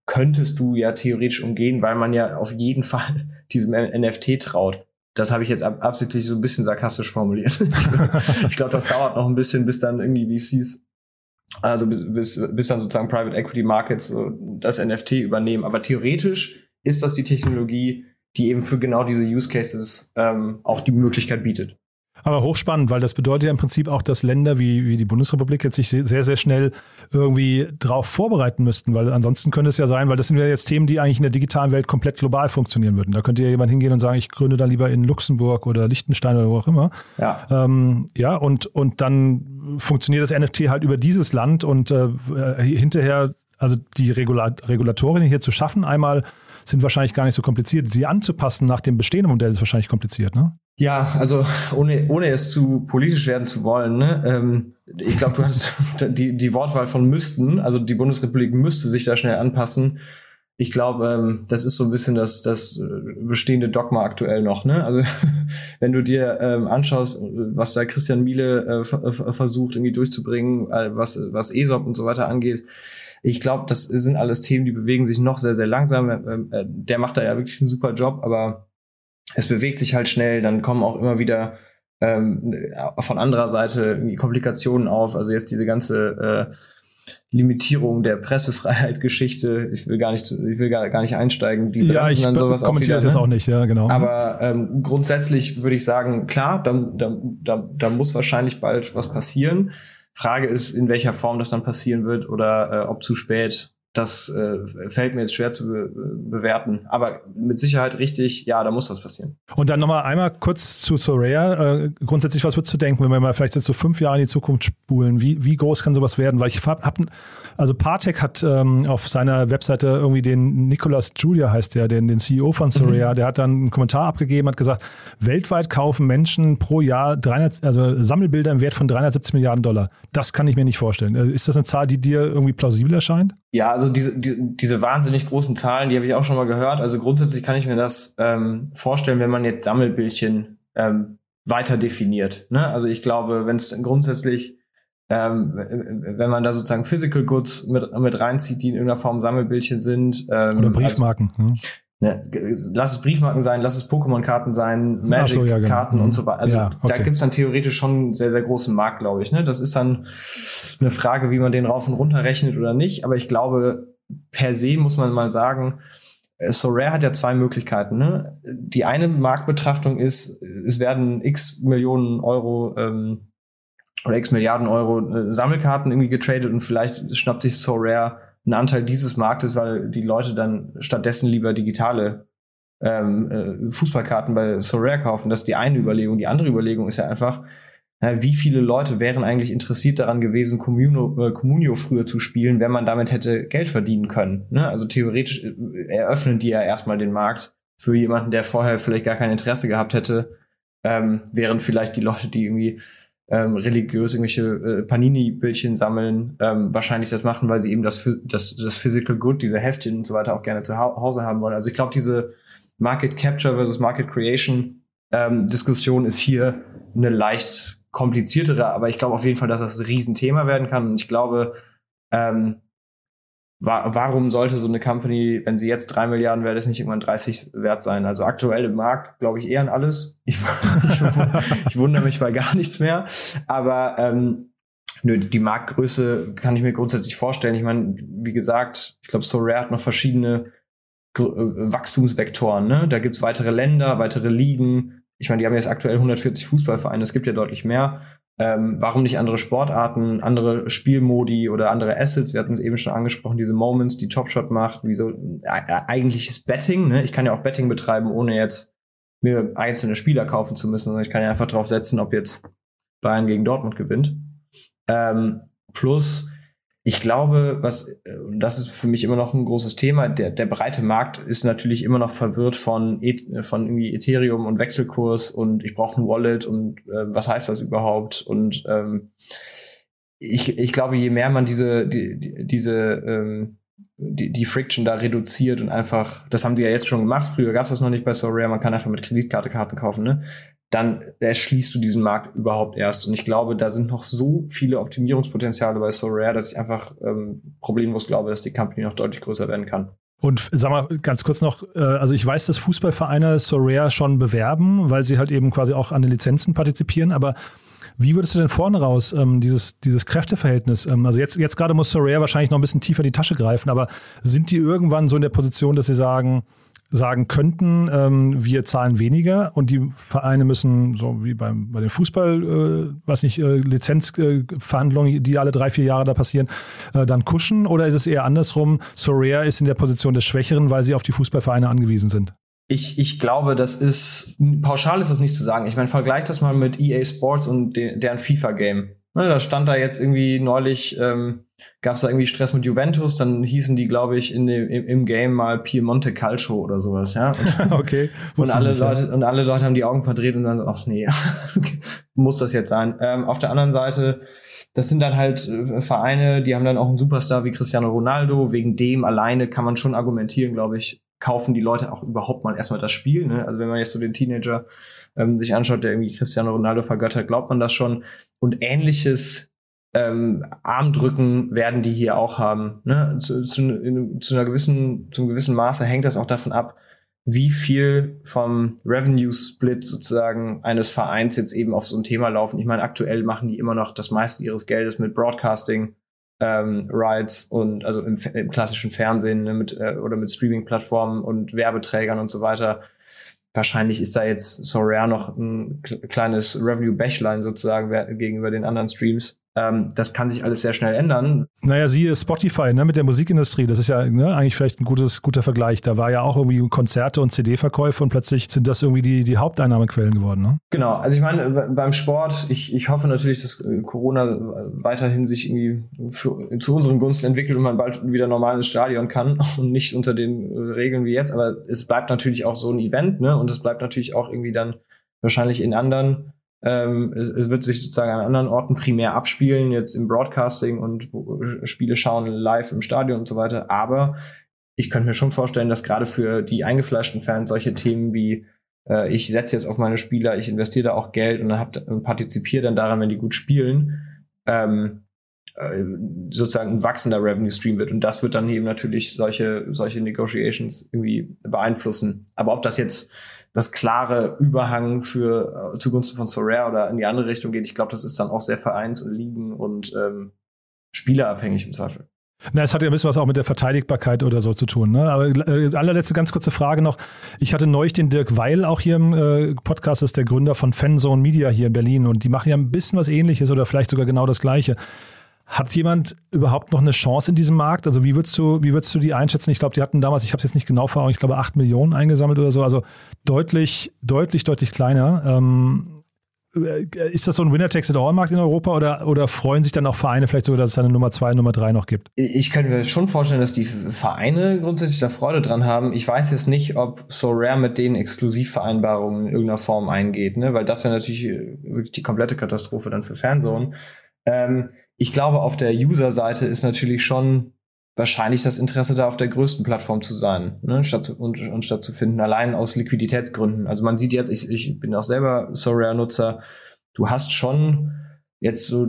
könntest du ja theoretisch umgehen, weil man ja auf jeden Fall diesem N F T traut. Das habe ich jetzt ab- absichtlich so ein bisschen sarkastisch formuliert. Ich glaube, das dauert noch ein bisschen, bis dann irgendwie V Cs, also bis, bis, bis dann sozusagen Private Equity Markets so das N F T übernehmen. Aber theoretisch ist das die Technologie, die eben für genau diese Use Cases ähm, auch die Möglichkeit bietet. Aber hochspannend, weil das bedeutet ja im Prinzip auch, dass Länder wie, wie die Bundesrepublik jetzt sich sehr, sehr schnell irgendwie drauf vorbereiten müssten, weil ansonsten könnte es ja sein, weil das sind ja jetzt Themen, die eigentlich in der digitalen Welt komplett global funktionieren würden. Da könnte ja jemand hingehen und sagen, ich gründe da lieber in Luxemburg oder Liechtenstein oder wo auch immer. Ja, ähm, ja und, und dann funktioniert das N F T halt über dieses Land und äh, hinterher, also die Regula- Regulatorien hier zu schaffen, einmal sind wahrscheinlich gar nicht so kompliziert. Sie anzupassen nach dem bestehenden Modell ist wahrscheinlich kompliziert, ne? Ja, also ohne, ohne es zu politisch werden zu wollen, ne? Ähm, ich glaube, du hast die, die Wortwahl von müssten, also die Bundesrepublik müsste sich da schnell anpassen. Ich glaube, ähm, das ist so ein bisschen das, das bestehende Dogma aktuell noch, ne? Also wenn du dir ähm, anschaust, was da Christian Miele äh, f- versucht irgendwie durchzubringen, äh, was, was E S O P und so weiter angeht, ich glaube, das sind alles Themen, die bewegen sich noch sehr, sehr langsam. Äh, der macht da ja wirklich einen super Job, aber es bewegt sich halt schnell, dann kommen auch immer wieder ähm, von anderer Seite Komplikationen auf. Also jetzt diese ganze äh, Limitierung der Pressefreiheit-Geschichte. Ich will gar nicht, ich will gar, gar nicht einsteigen. Die ja, ich dann sowas kommentiere das ne? jetzt auch nicht, ja, genau. Aber ähm, grundsätzlich würde ich sagen, klar, da, da, da, da muss wahrscheinlich bald was passieren. Frage ist, in welcher Form das dann passieren wird oder äh, ob zu spät. Das äh, fällt mir jetzt schwer zu be- bewerten. Aber mit Sicherheit richtig, ja, da muss was passieren. Und dann nochmal einmal kurz zu Sorare. Äh, grundsätzlich, was würdest du denken, wenn wir mal vielleicht jetzt so fünf Jahre in die Zukunft spulen? Wie, wie groß kann sowas werden? Weil ich hab, hab also Partech hat ähm, auf seiner Webseite irgendwie den Nicolas Julia heißt der, den, den C E O von Sorare, mhm. der hat dann einen Kommentar abgegeben, hat gesagt, weltweit kaufen Menschen pro Jahr dreihundert, also Sammelbilder im Wert von dreihundertsiebzig Milliarden Dollar. Das kann ich mir nicht vorstellen. Ist das eine Zahl, die dir irgendwie plausibel erscheint? Ja, also diese, die, diese wahnsinnig großen Zahlen, die habe ich auch schon mal gehört. Also grundsätzlich kann ich mir das ähm, vorstellen, wenn man jetzt Sammelbildchen ähm, weiter definiert. Ne? Also ich glaube, wenn es grundsätzlich, ähm, wenn man da sozusagen Physical Goods mit, mit reinzieht, die in irgendeiner Form Sammelbildchen sind. Ähm, Oder Briefmarken. Also, ne? Ne, lass es Briefmarken sein, lass es Pokémon-Karten sein, Magic-Karten so, ja, genau. und so weiter. Also ja, okay. Da gibt's dann theoretisch schon einen sehr, sehr großen Markt, glaube ich. Ne? Das ist dann eine Frage, wie man den rauf und runter rechnet oder nicht. Aber ich glaube, per se muss man mal sagen, Sorare hat ja zwei Möglichkeiten. Ne? Die eine Marktbetrachtung ist, es werden x Millionen Euro ähm, oder x Milliarden Euro äh, Sammelkarten irgendwie getradet und vielleicht schnappt sich Sorare einen Anteil dieses Marktes, weil die Leute dann stattdessen lieber digitale ähm, äh, Fußballkarten bei Sorare kaufen. Das ist die eine Überlegung. Die andere Überlegung ist ja einfach, na, wie viele Leute wären eigentlich interessiert daran gewesen, Communio, äh, Communio früher zu spielen, wenn man damit hätte Geld verdienen können. Ne? Also theoretisch äh, eröffnen die ja erstmal den Markt für jemanden, der vorher vielleicht gar kein Interesse gehabt hätte, ähm, während vielleicht die Leute, die irgendwie Ähm, religiös irgendwelche äh, Panini-Bildchen sammeln, ähm, wahrscheinlich das machen, weil sie eben das, das, das Physical Good, diese Heftchen und so weiter auch gerne zu ha- Hause haben wollen. Also ich glaube, diese Market Capture versus Market Creation ähm, Diskussion ist hier eine leicht kompliziertere, aber ich glaube auf jeden Fall, dass das ein Riesenthema werden kann. Und ich glaube, ähm, wa- warum sollte so eine Company, wenn sie jetzt drei Milliarden wert ist, nicht irgendwann dreißig wert sein? Also aktuell im Markt glaube ich eher an alles. Ich, ich, ich wundere mich bei gar nichts mehr. Aber ähm, nö, die Marktgröße kann ich mir grundsätzlich vorstellen. Ich meine, wie gesagt, ich glaube, Sorare hat noch verschiedene Gr- Wachstumsvektoren. Ne? Da gibt's weitere Länder, weitere Ligen. Ich meine, die haben jetzt aktuell hundertvierzig Fußballvereine. Es gibt ja deutlich mehr. Ähm, warum nicht andere Sportarten, andere Spielmodi oder andere Assets? Wir hatten es eben schon angesprochen, diese Moments, die Top Shot macht, wie so äh, eigentliches Betting. Ne? Ich kann ja auch Betting betreiben, ohne jetzt mir einzelne Spieler kaufen zu müssen, sondern ich kann ja einfach drauf setzen, ob jetzt Bayern gegen Dortmund gewinnt. Ähm, plus, ich glaube, was, und das ist für mich immer noch ein großes Thema, der, der breite Markt ist natürlich immer noch verwirrt von, von irgendwie Ethereum und Wechselkurs und ich brauche ein Wallet und äh, was heißt das überhaupt? Und ähm, ich, ich glaube, je mehr man diese, die, die, diese ähm, die, die Friction da reduziert und einfach, das haben die ja jetzt schon gemacht, früher gab es das noch nicht bei Sorare, man kann einfach mit Kreditkarte Karten kaufen, ne? dann erschließt du diesen Markt überhaupt erst. Und ich glaube, da sind noch so viele Optimierungspotenziale bei Sorare, dass ich einfach ähm, problemlos glaube, dass die Company noch deutlich größer werden kann. Und sag mal ganz kurz noch, also ich weiß, dass Fußballvereine Sorare schon bewerben, weil sie halt eben quasi auch an den Lizenzen partizipieren, aber wie würdest du denn vorne raus ähm, dieses, dieses Kräfteverhältnis, ähm, also jetzt, jetzt gerade muss Sorare wahrscheinlich noch ein bisschen tiefer in die Tasche greifen, aber sind die irgendwann so in der Position, dass sie sagen, sagen könnten, ähm, wir zahlen weniger und die Vereine müssen, so wie beim, bei den Fußball, äh, was nicht, äh, Lizenzverhandlungen, äh, die alle drei, vier Jahre da passieren, äh, dann kuschen? Oder ist es eher andersrum, Sorare ist in der Position des Schwächeren, weil sie auf die Fußballvereine angewiesen sind? Ich, ich glaube, das ist, pauschal ist das nicht zu sagen. Ich meine, vergleich das mal mit E A Sports und de, deren FIFA-Game. Ne, da stand da jetzt irgendwie neulich, ähm, gab es da irgendwie Stress mit Juventus, dann hießen die, glaube ich, in dem, im, im Game mal Piemonte Calcio oder sowas, ja. Und, okay. Und alle nicht, Leute, ja. und alle Leute haben die Augen verdreht und dann so, ach nee, muss das jetzt sein. Ähm, auf der anderen Seite, das sind dann halt äh, Vereine, die haben dann auch einen Superstar wie Cristiano Ronaldo. Wegen dem alleine kann man schon argumentieren, glaube ich, kaufen die Leute auch überhaupt mal erstmal das Spiel, ne? Also wenn man jetzt so den Teenager ähm, sich anschaut, der irgendwie Cristiano Ronaldo vergöttert, glaubt man das schon. Und ähnliches ähm, Armdrücken werden die hier auch haben, ne? Zu, zu, in, zu einer gewissen, zum gewissen Maße hängt das auch davon ab, wie viel vom Revenue-Split sozusagen eines Vereins jetzt eben auf so ein Thema laufen. Ich meine, aktuell machen die immer noch das meiste ihres Geldes mit Broadcasting, Ähm, Rights und also im, im klassischen Fernsehen, ne, mit äh, oder mit Streaming-Plattformen und Werbeträgern und so weiter. Wahrscheinlich ist da jetzt Sorare noch ein k- kleines Revenue-Bächlein sozusagen wer- gegenüber den anderen Streams. Ähm, das kann sich alles sehr schnell ändern. Naja, siehe Spotify, ne, mit der Musikindustrie, das ist ja, ne, eigentlich vielleicht ein gutes, guter Vergleich. Da war ja auch irgendwie Konzerte und C D-Verkäufe und plötzlich sind das irgendwie die, die Haupteinnahmequellen geworden, ne? Genau, also ich meine, beim Sport, ich, ich hoffe natürlich, dass Corona weiterhin sich irgendwie für, zu unseren Gunsten entwickelt und man bald wieder normal ins Stadion kann und nicht unter den Regeln wie jetzt, aber es bleibt natürlich auch so ein Event, ne, und es bleibt natürlich auch irgendwie dann wahrscheinlich in anderen Ähm, es, es wird sich sozusagen an anderen Orten primär abspielen, jetzt im Broadcasting und Spiele schauen live im Stadion und so weiter. Aber ich könnte mir schon vorstellen, dass gerade für die eingefleischten Fans solche Themen wie äh, ich setze jetzt auf meine Spieler, ich investiere da auch Geld und, dann hab, und partizipiere dann daran, wenn die gut spielen, ähm, äh, sozusagen ein wachsender Revenue-Stream wird. Und das wird dann eben natürlich solche, solche Negotiations irgendwie beeinflussen. Aber ob das jetzt das klare Überhang für äh, zugunsten von Sorare oder in die andere Richtung geht, ich glaube, das ist dann auch sehr vereins- und ligen- und ähm, spielerabhängig im Zweifel. Na, es hat ja ein bisschen was auch mit der Verteidigbarkeit oder so zu tun, ne? Aber äh, allerletzte ganz kurze Frage noch. Ich hatte neulich den Dirk Weil auch hier im äh, Podcast, das ist der Gründer von Fanzone Media hier in Berlin und die machen ja ein bisschen was Ähnliches oder vielleicht sogar genau das Gleiche. Hat jemand überhaupt noch eine Chance in diesem Markt? Also wie würdest du, wie würdest du die einschätzen? Ich glaube, die hatten damals, ich habe es jetzt nicht genau vor Augen, ich glaube acht Millionen eingesammelt oder so, also deutlich, deutlich, deutlich kleiner. Ähm, ist das so ein Winner-Takes-it-all-Markt in Europa oder, oder freuen sich dann auch Vereine vielleicht sogar, dass es eine Nummer zwei, Nummer drei noch gibt? Ich könnte mir schon vorstellen, dass die Vereine grundsätzlich da Freude dran haben. Ich weiß jetzt nicht, ob Sorare mit denen Exklusivvereinbarungen in irgendeiner Form eingeht, ne? Weil das wäre natürlich wirklich die komplette Katastrophe dann für Fanzone. Ähm, Ich glaube, auf der User-Seite ist natürlich schon wahrscheinlich das Interesse da, auf der größten Plattform zu sein, ne, statt zu, und, und statt zu finden, allein aus Liquiditätsgründen. Also man sieht jetzt, ich, ich bin auch selber Sorare-Nutzer, du hast schon jetzt so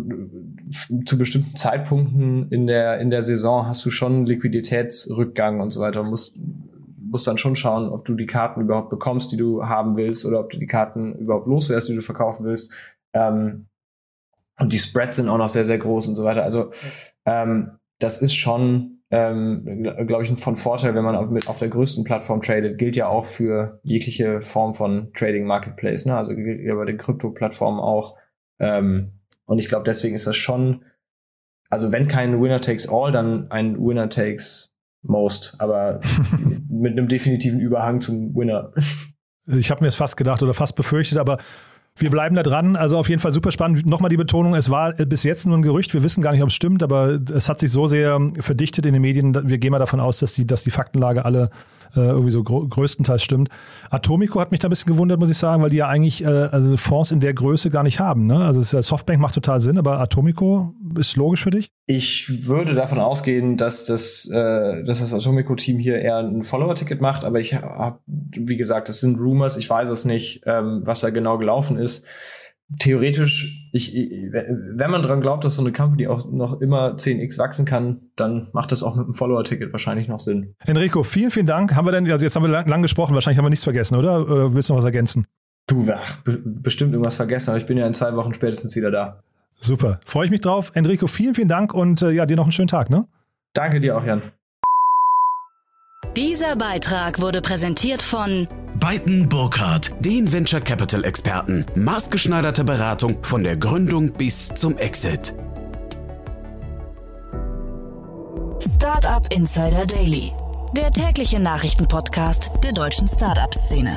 zu bestimmten Zeitpunkten in der, in der Saison hast du schon Liquiditätsrückgang und so weiter. Du musst, musst dann schon schauen, ob du die Karten überhaupt bekommst, die du haben willst, oder ob du die Karten überhaupt loswärst, die du verkaufen willst. Ähm, Und die Spreads sind auch noch sehr, sehr groß und so weiter. Also ähm, das ist schon, ähm, glaube ich, von Vorteil, wenn man auf, mit auf der größten Plattform tradet. Gilt ja auch für jegliche Form von Trading Marketplace, ne? Also gilt ja bei den Krypto-Plattformen auch. Ähm, und ich glaube, deswegen ist das schon, also wenn kein Winner takes all, dann ein Winner takes most. Aber mit einem definitiven Überhang zum Winner. Ich habe mir es fast gedacht oder fast befürchtet, aber wir bleiben da dran. Also auf jeden Fall super spannend. Nochmal die Betonung, es war bis jetzt nur ein Gerücht. Wir wissen gar nicht, ob es stimmt, aber es hat sich so sehr verdichtet in den Medien. Wir gehen mal davon aus, dass die, dass die Faktenlage alle äh, irgendwie so gro- größtenteils stimmt. Atomico hat mich da ein bisschen gewundert, muss ich sagen, weil die ja eigentlich äh, also Fonds in der Größe gar nicht haben, ne? Also es ist, Softbank macht total Sinn, aber Atomico ist logisch für dich? Ich würde davon ausgehen, dass das, äh, dass das Atomico-Team hier eher ein Follower-Ticket macht, aber ich habe, wie gesagt, das sind Rumors, ich weiß es nicht, ähm, was da genau gelaufen ist. Theoretisch, ich, ich, wenn man dran glaubt, dass so eine Company auch noch immer zehn x wachsen kann, dann macht das auch mit einem Follower-Ticket wahrscheinlich noch Sinn. Enrico, vielen, vielen Dank. Haben wir denn, also jetzt haben wir lang, lang gesprochen, wahrscheinlich haben wir nichts vergessen, oder? Oder willst du noch was ergänzen? Du, ach, be- bestimmt irgendwas vergessen, aber ich bin ja in zwei Wochen spätestens wieder da. Super, freue ich mich drauf. Enrico, vielen, vielen Dank und äh, ja, dir noch einen schönen Tag, ne? Danke dir auch, Jan. Dieser Beitrag wurde präsentiert von Beiten Burkhardt, den Venture Capital Experten. Maßgeschneiderte Beratung von der Gründung bis zum Exit. Startup Insider Daily, der tägliche Nachrichtenpodcast der deutschen Startup-Szene.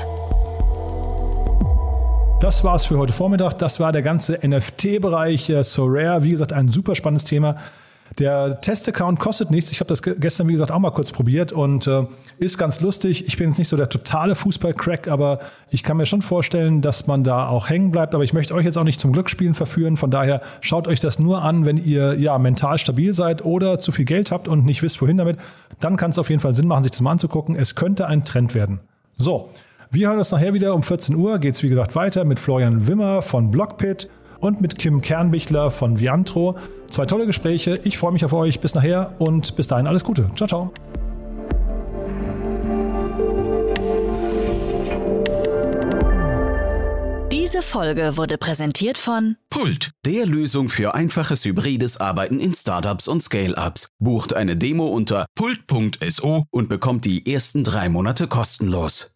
Das war's für heute Vormittag. Das war der ganze N F T-Bereich. Äh, Sorare, wie gesagt, ein super spannendes Thema. Der Test-Account kostet nichts. Ich habe das gestern, wie gesagt, auch mal kurz probiert und äh, ist ganz lustig. Ich bin jetzt nicht so der totale Fußball-Crack, aber ich kann mir schon vorstellen, dass man da auch hängen bleibt. Aber ich möchte euch jetzt auch nicht zum Glücksspielen verführen. Von daher schaut euch das nur an, wenn ihr ja mental stabil seid oder zu viel Geld habt und nicht wisst, wohin damit. Dann kann es auf jeden Fall Sinn machen, sich das mal anzugucken. Es könnte ein Trend werden. So, wir hören uns nachher wieder. Um vierzehn Uhr geht es, wie gesagt, weiter mit Florian Wimmer von Blockpit und mit Kim Kernbichler von Viantro. Zwei tolle Gespräche. Ich freue mich auf euch. Bis nachher und bis dahin alles Gute. Ciao, ciao. Diese Folge wurde präsentiert von Pult, der Lösung für einfaches hybrides Arbeiten in Startups und Scale-Ups. Bucht eine Demo unter pult punkt so und bekommt die ersten drei Monate kostenlos.